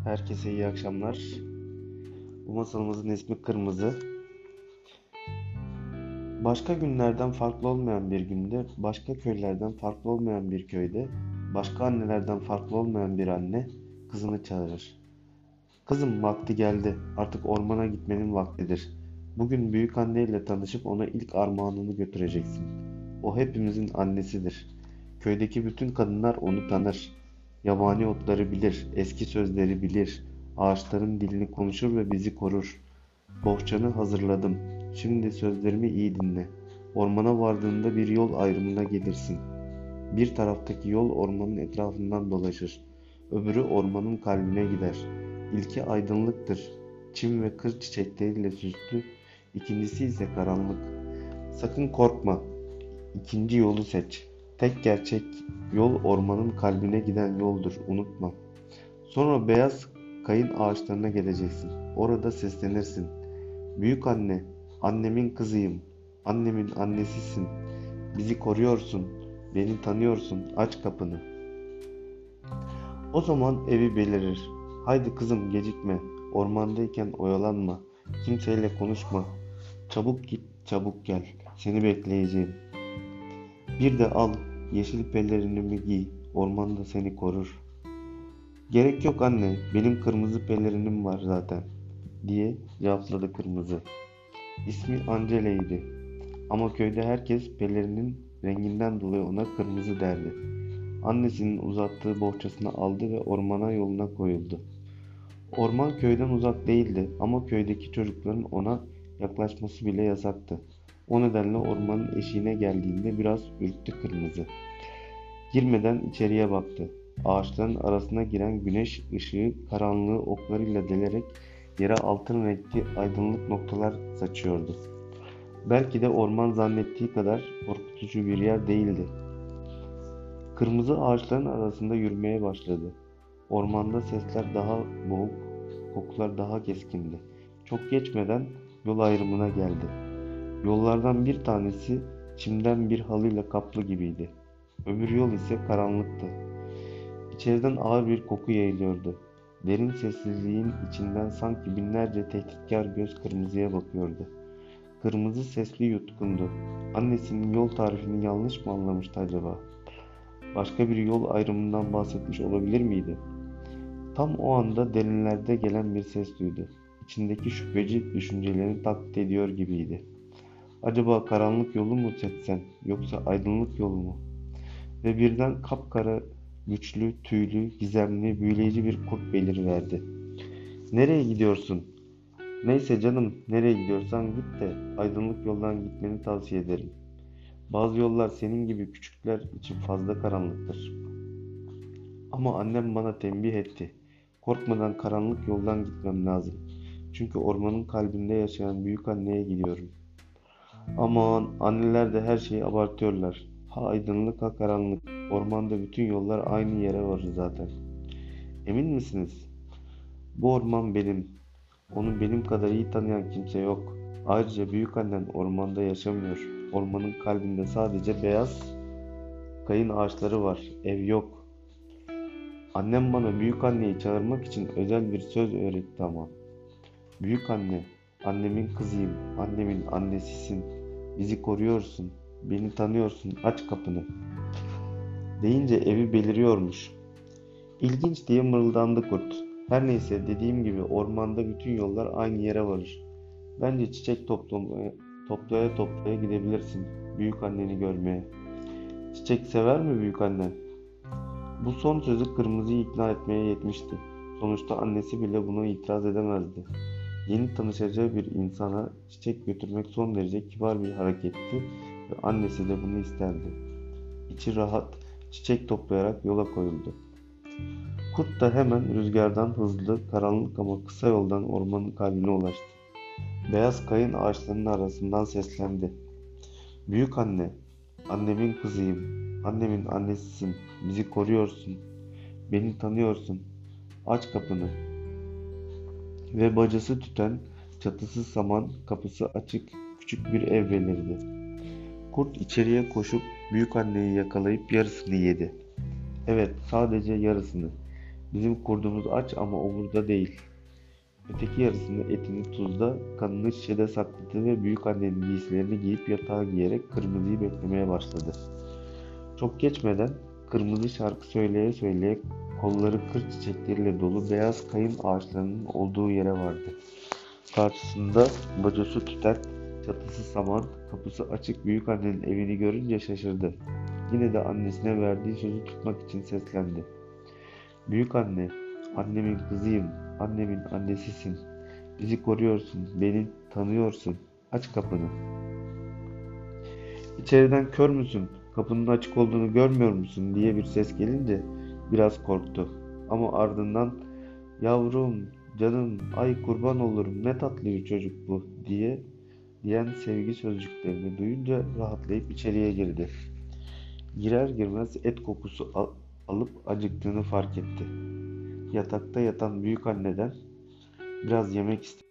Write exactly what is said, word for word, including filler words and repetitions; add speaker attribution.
Speaker 1: Herkese iyi akşamlar. Bu masalımızın ismi Kırmızı. Başka günlerden farklı olmayan bir günde, başka köylerden farklı olmayan bir köyde, başka annelerden farklı olmayan bir anne kızını çağırır. Kızım, vakti geldi. Artık ormana gitmenin vaktidir. Bugün büyük anneyle tanışıp ona ilk armağanını götüreceksin. O hepimizin annesidir. Köydeki bütün kadınlar onu tanır. Yabani otları bilir, eski sözleri bilir. Ağaçların dilini konuşur ve bizi korur. Bohçanı hazırladım. Şimdi sözlerimi iyi dinle. Ormana vardığında bir yol ayrımına gelirsin. Bir taraftaki yol ormanın etrafından dolaşır. Öbürü ormanın kalbine gider. İlki aydınlıktır. Çim ve kır çiçekleriyle süslü. İkincisi ise karanlık. Sakın korkma. İkinci yolu seç. Tek gerçek yol ormanın kalbine giden yoldur. Unutma. Sonra beyaz kayın ağaçlarına geleceksin. Orada seslenirsin. Büyük anne, annemin kızıyım. Annemin annesisin. Bizi koruyorsun. Beni tanıyorsun. Aç kapını. O zaman evi belirir. Haydi kızım, gecikme. Ormandayken oyalanma. Kimseyle konuşma. Çabuk git, çabuk gel. Seni bekleyeceğim. Bir de al, yeşil pelerinimi giy. Ormanda seni korur. Gerek yok anne, benim kırmızı pelerinim var zaten, diye cevapladı Kırmızı. İsmi Angele'ydi. Ama köyde herkes pelerinin renginden dolayı ona Kırmızı derdi. Annesinin uzattığı bohçasını aldı ve ormana yoluna koyuldu. Orman köyden uzak değildi ama köydeki çocukların ona yaklaşması bile yasaktı. O nedenle ormanın eşiğine geldiğinde biraz ürktü Kırmızı. Girmeden içeriye baktı. Ağaçların arasına giren güneş ışığı karanlığı oklarıyla delerek yere altın renkli aydınlık noktalar saçıyordu. Belki de orman zannettiği kadar korkutucu bir yer değildi. Kırmızı ağaçların arasında yürümeye başladı. Ormanda sesler daha boğuk, kokular daha keskindi. Çok geçmeden yol ayrımına geldi. Yollardan bir tanesi çimden bir halıyla kaplı gibiydi. Öbür yol ise karanlıktı. İçeriden ağır bir koku yayılıyordu. Derin sessizliğin içinden sanki binlerce tehditkar göz Kırmızı'ya bakıyordu. Kırmızı sesli yutkundu. Annesinin yol tarifini yanlış mı anlamıştı acaba? Başka bir yol ayrımından bahsetmiş olabilir miydi? Tam o anda derinlerde gelen bir ses duydu. İçindeki şüpheci düşüncelerini taklit ediyor gibiydi. Acaba karanlık yolu mu seçsen, yoksa aydınlık yolu mu? Ve birden kapkara, güçlü, tüylü, gizemli, büyüleyici bir kurt beliriverdi. Nereye gidiyorsun? Neyse canım, nereye gidiyorsan git de aydınlık yoldan gitmeni tavsiye ederim. Bazı yollar senin gibi küçükler için fazla karanlıktır. Ama annem bana tembih etti. Korkmadan karanlık yoldan gitmem lazım. Çünkü ormanın kalbinde yaşayan büyük anneye gidiyorum. Aman, anneler de her şeyi abartıyorlar. Ha aydınlık ha karanlık. Ormanda bütün yollar aynı yere varır zaten. Emin misiniz? Bu orman benim. Onu benim kadar iyi tanıyan kimse yok. Ayrıca büyükannen ormanda yaşamıyor. Ormanın kalbinde sadece beyaz kayın ağaçları var. Ev yok. Annem bana büyük anneyi çağırmak için özel bir söz öğretti ama. Büyük anne, annemin kızıyım. Annemin annesisin. Bizi koruyorsun. Beni tanıyorsun. Aç kapını. Deyince evi beliriyormuş. İlginç diye mırıldandı kurt. Her neyse, dediğim gibi ormanda bütün yollar aynı yere varır. Bence çiçek toplamaya, toplaya toplaya gidebilirsin büyük anneni görmeye. Çiçek sever mi büyük annen? Bu son sözü Kırmızı'yı ikna etmeye yetmişti. Sonuçta annesi bile buna itiraz edemezdi. Yeni tanışacağı bir insana çiçek götürmek son derece kibar bir hareketti ve annesi de bunu isterdi. İçi rahat, çiçek toplayarak yola koyuldu. Kurt da hemen rüzgardan hızlı, karanlık ama kısa yoldan ormanın kalbine ulaştı. Beyaz kayın ağaçlarının arasından seslendi. Büyük anne, annemin kızıyım, annemin annesisin, bizi koruyorsun, beni tanıyorsun, aç kapını. Ve bacası tüten, çatısı saman, kapısı açık, küçük bir ev belirdi. Kurt içeriye koşup büyük anneyi yakalayıp yarısını yedi. Evet, sadece yarısını. Bizim kurdumuz aç ama omurda değil. Öteki yarısını etini tuzda, kanını şişede sakladı ve büyükannenin giysilerini giyip yatağa giyerek kırmızıyı beklemeye başladı. Çok geçmeden kırmızı şarkı söyleye söyleye kolları kır çiçekleriyle dolu beyaz kayın ağaçlarının olduğu yere vardı. Karşısında bacosu tüten, çatısı saman, kapısı açık büyükannenin evini görünce şaşırdı. Yine de annesine verdiği sözü tutmak için seslendi. Büyükanne, annemin kızıyım, annemin annesisin. Bizi koruyorsun, beni tanıyorsun. Aç kapını. İçeriden kör müsün, kapının açık olduğunu görmüyor musun diye bir ses gelince biraz korktu. Ama ardından yavrum, canım, ay kurban olurum ne tatlı bir çocuk bu diye diyen sevgi sözcüklerini duyunca rahatlayıp içeriye girdi. Girer girmez et kokusu al- alıp acıktığını fark etti. Yatakta yatan büyük anneden biraz yemek istedi.